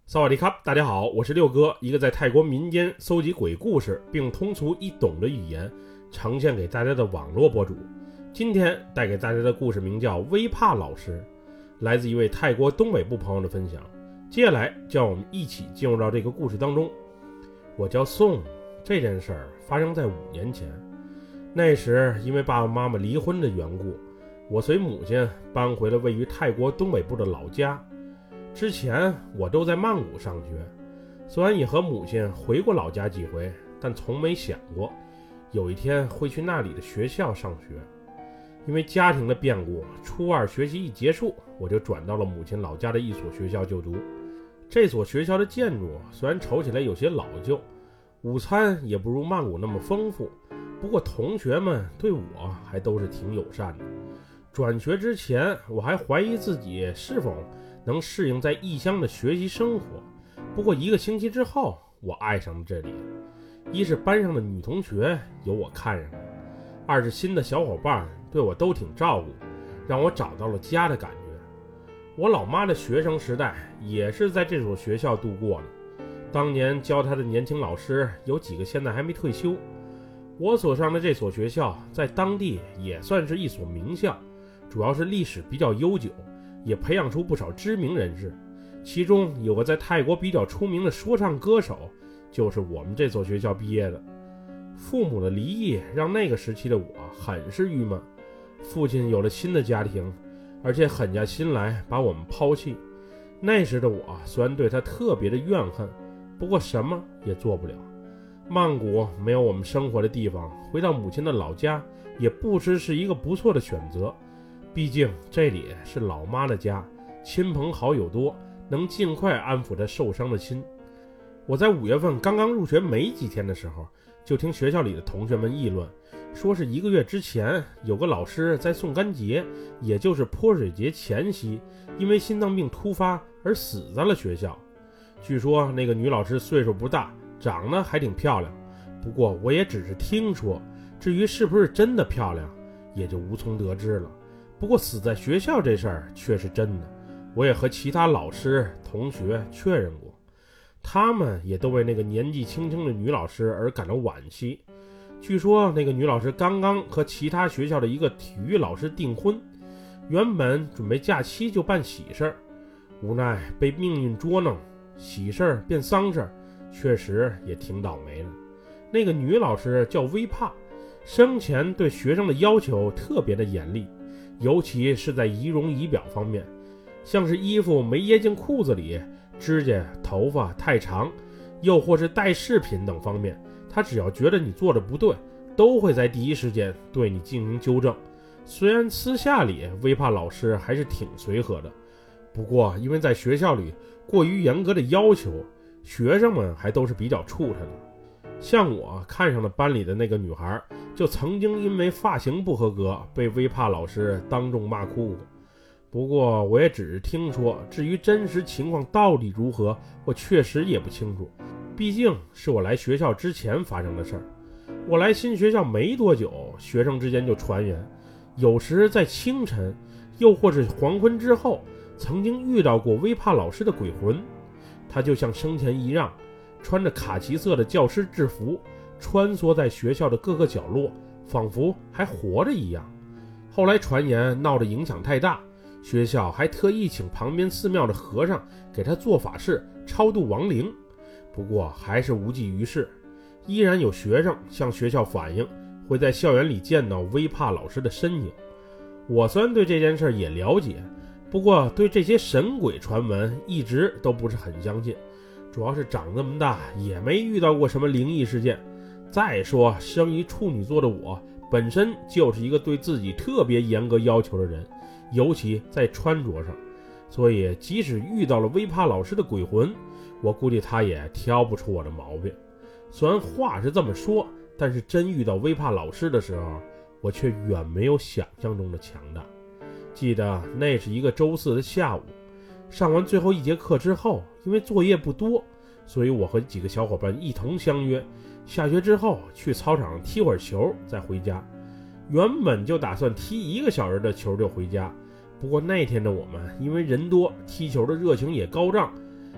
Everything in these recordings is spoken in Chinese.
萨瓦迪卡，大家好，我是六哥，一个在泰国民间搜集鬼故事并通俗易懂的语言呈现给大家的网络博主。今天带给大家的故事名叫微怕老师，来自一位泰国东北部朋友的分享。接下来就让我们一起进入到这个故事当中。我叫宋，这件事儿发生在5年前。那时因为爸爸妈妈离婚的缘故，我随母亲搬回了位于泰国东北部的老家。之前我都在曼谷上学，虽然也和母亲回过老家几回，但从没想过有一天会去那里的学校上学。因为家庭的变故，初2学习一结束，我就转到了母亲老家的一所学校就读。这所学校的建筑虽然瞅起来有些老旧，午餐也不如曼谷那么丰富，不过同学们对我还都是挺友善的。转学之前，我还怀疑自己是否能适应在异乡的学习生活。不过1个星期之后，我爱上了这里。一是班上的女同学有我看上了，二是新的小伙伴对我都挺照顾，让我找到了家的感觉。我老妈的学生时代也是在这所学校度过的，当年教她的年轻老师有几个现在还没退休。我所上的这所学校在当地也算是一所名校，主要是历史比较悠久，也培养出不少知名人士，其中有个在泰国比较出名的说唱歌手，就是我们这所学校毕业的。父母的离异让那个时期的我很是郁闷，父亲有了新的家庭，而且狠下心来把我们抛弃。那时的我虽然对他特别的怨恨，不过什么也做不了。曼谷没有我们生活的地方，回到母亲的老家也不失是一个不错的选择，毕竟这里是老妈的家，亲朋好友多，能尽快安抚她受伤的心。我在5月份刚刚入学没几天的时候，就听学校里的同学们议论，说是1个月之前有个老师在宋干节，也就是泼水节前夕，因为心脏病突发而死在了学校。据说那个女老师岁数不大，长得还挺漂亮，不过我也只是听说，至于是不是真的漂亮也就无从得知了。不过死在学校这事儿却是真的，我也和其他老师同学确认过，他们也都为那个年纪轻轻的女老师而感到惋惜。据说那个女老师刚刚和其他学校的一个体育老师订婚，原本准备假期就办喜事儿，无奈被命运捉弄，喜事儿变丧事儿，确实也挺倒霉的。那个女老师叫微怕，生前对学生的要求特别的严厉，尤其是在仪容仪表方面，像是衣服没掖进裤子里，指甲头发太长，又或是戴饰品等方面，他只要觉得你做的不对，都会在第一时间对你进行纠正。虽然私下里微怕老师还是挺随和的，不过因为在学校里过于严格的要求，学生们还都是比较怵他的。像我看上的班里的那个女孩，就曾经因为发型不合格被微怕老师当众骂哭过。不过我也只是听说，至于真实情况到底如何，我确实也不清楚，毕竟是我来学校之前发生的事儿。我来新学校没多久，学生之间就传言，有时在清晨又或是黄昏之后，曾经遇到过微怕老师的鬼魂。他就像生前一样，穿着卡其色的教师制服，穿梭在学校的各个角落，仿佛还活着一样。后来传言闹得影响太大，学校还特意请旁边寺庙的和尚给他做法事超度亡灵，不过还是无济于事。依然有学生向学校反映会在校园里见到微怕老师的身影。我虽然对这件事也了解，不过对这些神鬼传闻一直都不是很相信，主要是长这么大也没遇到过什么灵异事件。再说生于处女座的我本身就是一个对自己特别严格要求的人，尤其在穿着上，所以即使遇到了微怕老师的鬼魂，我估计他也挑不出我的毛病。虽然话是这么说，但是真遇到微怕老师的时候，我却远没有想象中的强大。记得那是一个周4的下午，上完最后1节课之后，因为作业不多，所以我和几个小伙伴一同相约，下学之后去操场上踢会儿球再回家。原本就打算踢1个小时的球就回家，不过那天的我们因为人多，踢球的热情也高涨，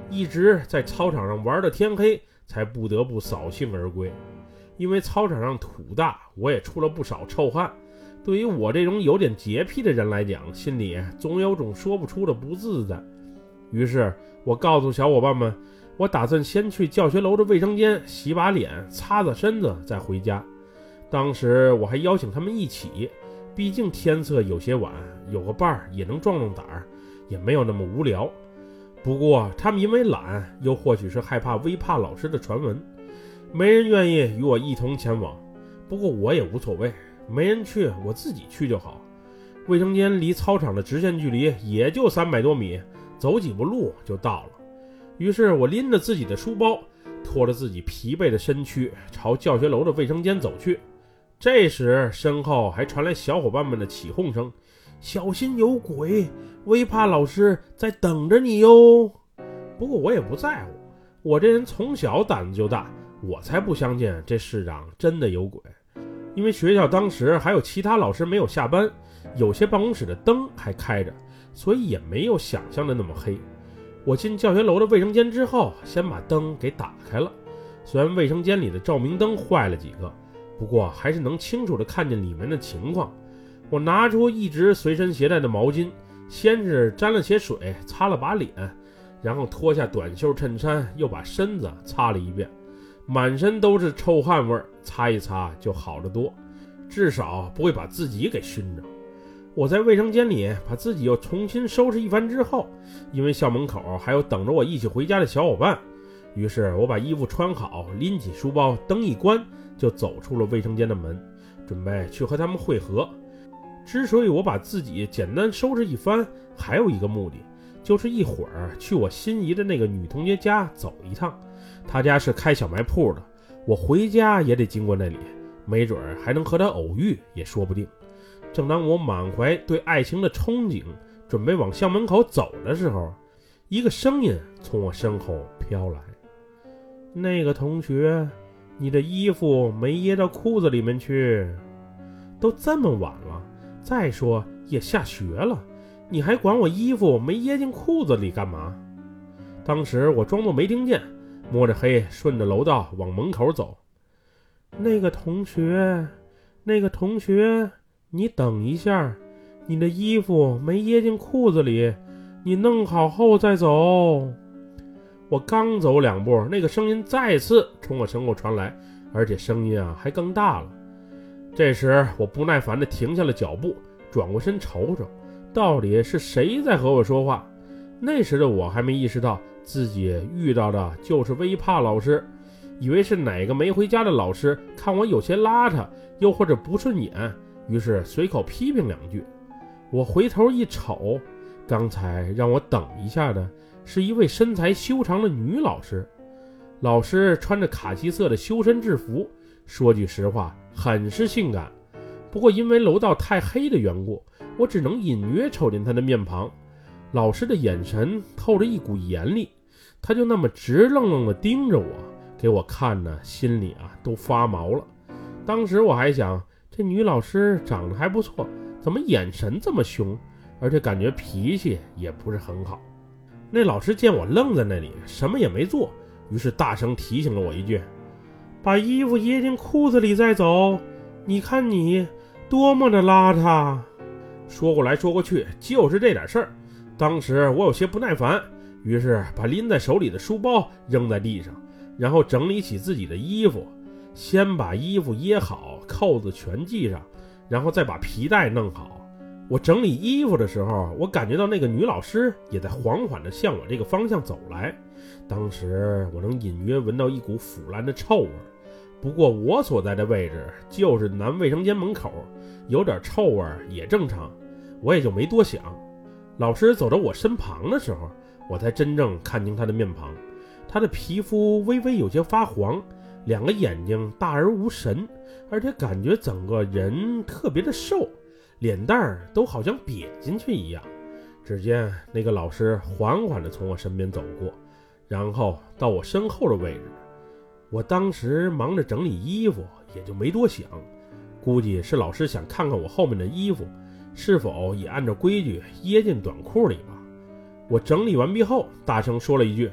一直在操场上玩到天黑，才不得不扫兴而归。因为操场上土大，我也出了不少臭汗。对于我这种有点洁癖的人来讲，心里总有种说不出的不自在。于是我告诉小伙伴们，我打算先去教学楼的卫生间洗把脸，擦擦身子，再回家。当时我还邀请他们一起，毕竟天色有些晚，有个伴儿也能壮壮胆儿，也没有那么无聊。不过他们因为懒，又或许是害怕微怕老师的传闻，没人愿意与我一同前往。不过我也无所谓，没人去我自己去就好。卫生间离操场的直线距离也就300多米，走几步路就到了。于是我拎着自己的书包，拖着自己疲惫的身躯，朝教学楼的卫生间走去。这时身后还传来小伙伴们的起哄声，小心有鬼，微怕老师在等着你哟。不过我也不在乎，我这人从小胆子就大，我才不相信这世上真的有鬼。因为学校当时还有其他老师没有下班，有些办公室的灯还开着，所以也没有想象的那么黑。我进教学楼的卫生间之后，先把灯给打开了。虽然卫生间里的照明灯坏了几个，不过还是能清楚地看见里面的情况。我拿出一直随身携带的毛巾，先是沾了些水擦了把脸，然后脱下短袖衬衫，又把身子擦了一遍，满身都是臭汗味，擦一擦就好得多，至少不会把自己给熏着。我在卫生间里把自己又重新收拾一番之后，因为校门口还有等着我一起回家的小伙伴，于是我把衣服穿好，拎起书包，灯一关，就走出了卫生间的门，准备去和他们会合。之所以我把自己简单收拾一番，还有一个目的，就是一会儿去我心仪的那个女同学家走一趟。她家是开小卖铺的，我回家也得经过那里，没准还能和她偶遇也说不定。正当我满怀对爱情的憧憬，准备往校门口走的时候，一个声音从我身后飘来，那个同学，你的衣服没掖到裤子里面去。都这么晚了，再说也下学了，你还管我衣服没掖进裤子里干嘛？当时我装作没听见，摸着黑顺着楼道往门口走。那个同学，你等一下，你的衣服没掖进裤子里，你弄好后再走。我刚走2步，那个声音再次从我身后传来，而且声音还更大了。这时我不耐烦地停下了脚步，转过身瞅瞅，到底是谁在和我说话。那时的我还没意识到自己遇到的就是微怕老师，以为是哪个没回家的老师看我有些邋遢，又或者不顺眼，于是随口批评2句。我回头一瞅，刚才让我等一下的是一位身材修长的女老师。老师穿着卡其色的修身制服，说句实话很是性感。不过因为楼道太黑的缘故，我只能隐约瞅见她的面庞。老师的眼神透着一股严厉，她就那么直愣愣地盯着我，给我看的心里都发毛了。当时我还想，这女老师长得还不错，怎么眼神这么凶，而且感觉脾气也不是很好。那老师见我愣在那里，什么也没做，于是大声提醒了我一句，把衣服掖进裤子里再走，你看你多么的邋遢。说过来说过去就是这点事儿。当时我有些不耐烦，于是把拎在手里的书包扔在地上，然后整理起自己的衣服，先把衣服掖好，扣子全系上，然后再把皮带弄好。我整理衣服的时候，我感觉到那个女老师也在缓缓地向我这个方向走来。当时我能隐约闻到一股腐烂的臭味，不过我所在的位置就是男卫生间门口，有点臭味也正常，我也就没多想。老师走到我身旁的时候，我才真正看清她的面庞。她的皮肤微微有些发黄，2个眼睛大而无神，而且感觉整个人特别的瘦，脸蛋儿都好像瘪进去一样。只见那个老师缓缓地从我身边走过，然后到我身后的位置。我当时忙着整理衣服，也就没多想，估计是老师想看看我后面的衣服是否也按照规矩掖进短裤里吧。我整理完毕后大声说了一句，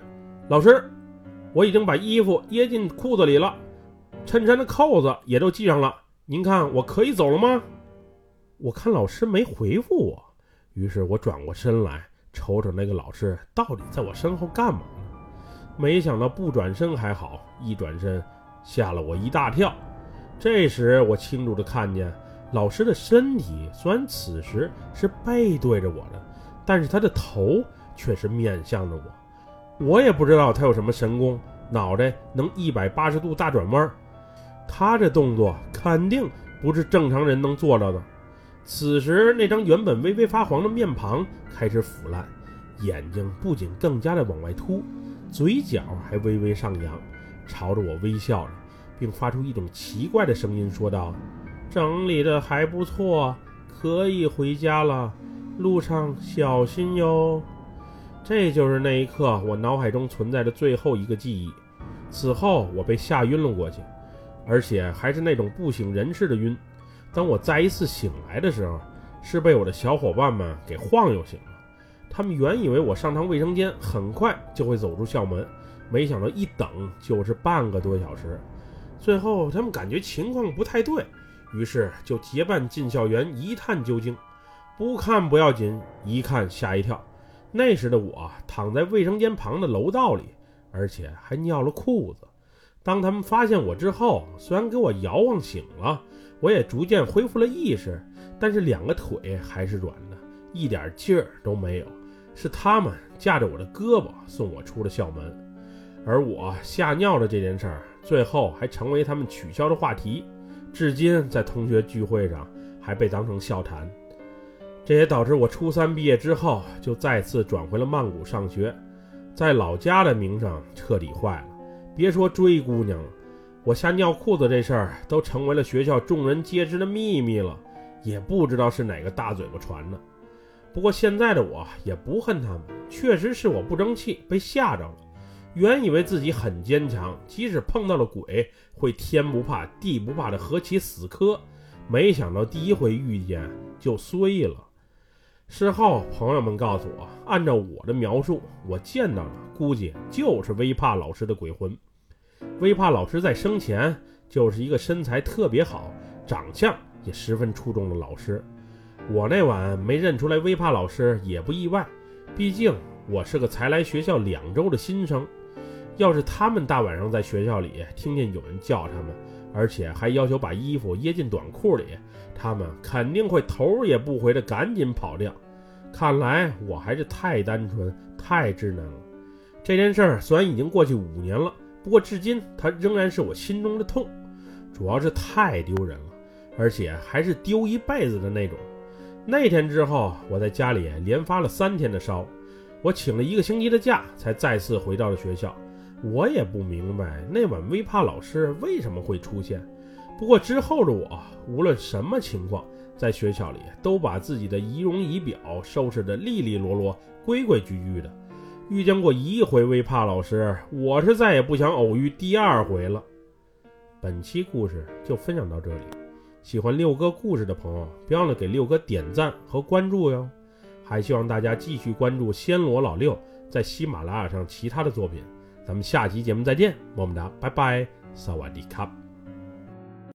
老师，我已经把衣服掖进裤子里了，衬衫的扣子也都系上了，您看我可以走了吗？我看老师没回复我，于是我转过身来瞅瞅那个老师到底在我身后干嘛呢？没想到不转身还好，一转身吓了我一大跳。这时我清楚地看见老师的身体虽然此时是背对着我的，但是他的头却是面向着我。我也不知道他有什么神功，脑袋能180度大转弯，他这动作肯定不是正常人能做到的。此时那张原本微微发黄的面庞开始腐烂，眼睛不仅更加的往外凸，嘴角还微微上扬，朝着我微笑着，并发出一种奇怪的声音说道：整理的还不错，可以回家了，路上小心哟。这就是那一刻我脑海中存在的最后一个记忆。此后我被吓晕了过去，而且还是那种不省人事的晕。当我再一次醒来的时候，是被我的小伙伴们给晃悠醒了。他们原以为我上趟卫生间很快就会走出校门，没想到一等就是半个多小时。最后他们感觉情况不太对，于是就结伴进校园一探究竟。不看不要紧，一看吓一跳。那时的我躺在卫生间旁的楼道里，而且还尿了裤子。当他们发现我之后，虽然给我摇晃醒了，我也逐渐恢复了意识，但是2个腿还是软的，一点劲儿都没有。是他们架着我的胳膊送我出了校门。而我吓尿的这件事儿，最后还成为他们取消的话题，至今在同学聚会上还被当成笑谈。这也导致我初3毕业之后就再次转回了曼谷上学，在老家的名声彻底坏了，别说追姑娘了，我吓尿裤子这事儿都成为了学校众人皆知的秘密了，也不知道是哪个大嘴巴传的。不过现在的我也不恨他们，确实是我不争气被吓着了。原以为自己很坚强，即使碰到了鬼会天不怕地不怕的和其死磕，没想到第一回遇见就衰了。事后朋友们告诉我，按照我的描述，我见到了估计就是微怕老师的鬼魂。微怕老师在生前就是一个身材特别好，长相也十分出众的老师。我那晚没认出来微怕老师也不意外，毕竟我是个才来学校2周的新生。要是他们大晚上在学校里听见有人叫他们，而且还要求把衣服掖进短裤里，他们肯定会头也不回的赶紧跑掉。看来我还是太单纯太稚嫩了。这件事儿虽然已经过去5年了，不过至今它仍然是我心中的痛，主要是太丢人了，而且还是丢一辈子的那种。那天之后，我在家里连发了3天的烧，我请了1个星期的假才再次回到了学校。我也不明白那晚微怕老师为什么会出现，不过之后的我无论什么情况，在学校里都把自己的仪容仪表收拾得利利落落规规矩矩的。遇见过1回微怕老师，我是再也不想偶遇第2回了。本期故事就分享到这里，喜欢六哥故事的朋友别忘了给六哥点赞和关注哟，还希望大家继续关注暹罗老六在喜马拉雅上其他的作品。咱们下期节目再见，么么哒，拜拜，萨瓦迪卡。